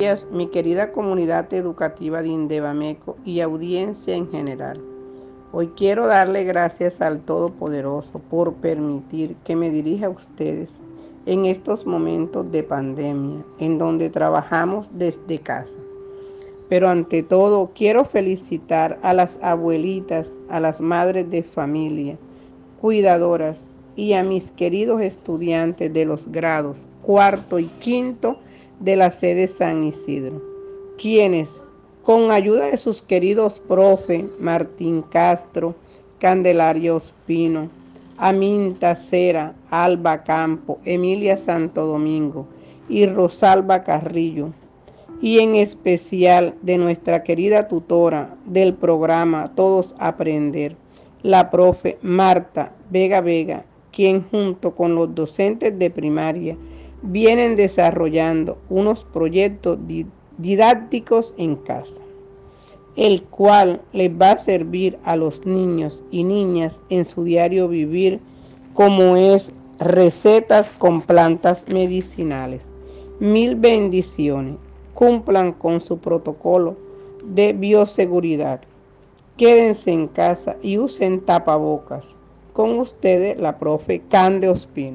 Días, mi querida comunidad educativa de Indebameco y audiencia en general. Hoy quiero darle gracias al Todopoderoso por permitir que me dirija a ustedes en estos momentos de pandemia, en donde trabajamos desde casa. Pero ante todo, quiero felicitar a las abuelitas, a las madres de familia, cuidadoras y a mis queridos estudiantes de los grados cuarto y quinto de la sede San Isidro, quienes, con ayuda de sus queridos profe Martín Castro, Candelario Ospino, Aminta Cera, Alba Campo, Emilia Santo Domingo y Rosalba Carrillo, y en especial de nuestra querida tutora del programa Todos Aprender, la profe Marta Vega Vega, quien junto con los docentes de primaria vienen desarrollando unos proyectos didácticos en casa, el cual les va a servir a los niños y niñas en su diario vivir, como es recetas con plantas medicinales. Mil bendiciones. Cumplan con su protocolo de bioseguridad. Quédense en casa y usen tapabocas. Con ustedes, la profe Cande Ospino.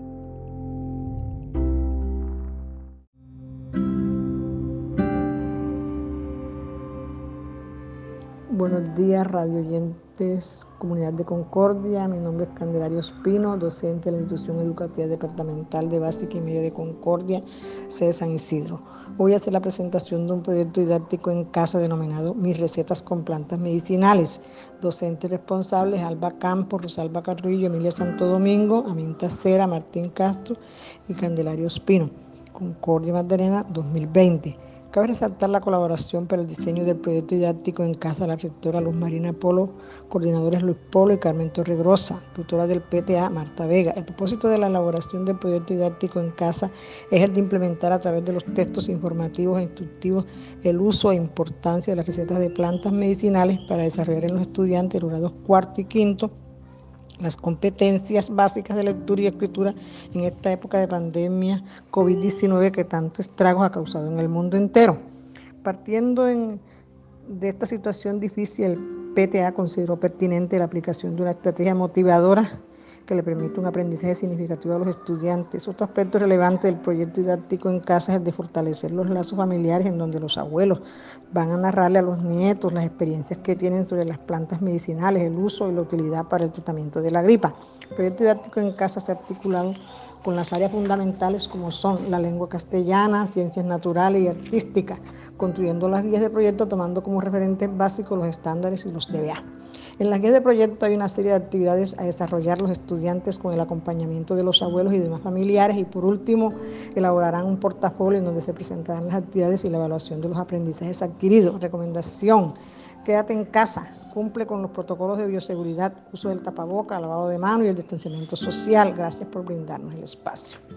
Buenos días, radio oyentes, comunidad de Concordia. Mi nombre es Candelario Ospino, docente de la Institución Educativa Departamental de Básica y Media de Concordia, sede San Isidro. Voy a hacer la presentación de un proyecto didáctico en casa denominado Mis recetas con plantas medicinales. Docentes responsables: Alba Campos, Rosalba Carrillo, Emilia Santo Domingo, Aminta Cera, Martín Castro y Candelario Ospino. Concordia Magdalena 2020. Cabe resaltar la colaboración para el diseño del proyecto didáctico en casa de la rectora Luz Marina Polo, coordinadores Luis Polo y Carmen Torregrosa, tutora del PTA Marta Vega. El propósito de la elaboración del proyecto didáctico en casa es el de implementar a través de los textos informativos e instructivos el uso e importancia de las recetas de plantas medicinales para desarrollar en los estudiantes de los grados cuarto y quinto las competencias básicas de lectura y escritura en esta época de pandemia COVID-19 que tantos estragos ha causado en el mundo entero. Partiendo de esta situación difícil, el PTA consideró pertinente la aplicación de una estrategia motivadora que le permite un aprendizaje significativo a los estudiantes. Otro aspecto relevante del proyecto didáctico en casa es el de fortalecer los lazos familiares, en donde los abuelos van a narrarle a los nietos las experiencias que tienen sobre las plantas medicinales, el uso y la utilidad para el tratamiento de la gripa. El proyecto didáctico en casa se ha articulado con las áreas fundamentales como son la lengua castellana, ciencias naturales y artísticas, construyendo las guías de proyecto tomando como referentes básicos los estándares y los DBA. En las guías de proyecto hay una serie de actividades a desarrollar los estudiantes con el acompañamiento de los abuelos y demás familiares, y por último elaborarán un portafolio en donde se presentarán las actividades y la evaluación de los aprendizajes adquiridos. Recomendación: quédate en casa, cumple con los protocolos de bioseguridad, uso del tapaboca, lavado de manos y el distanciamiento social. Gracias por brindarnos el espacio.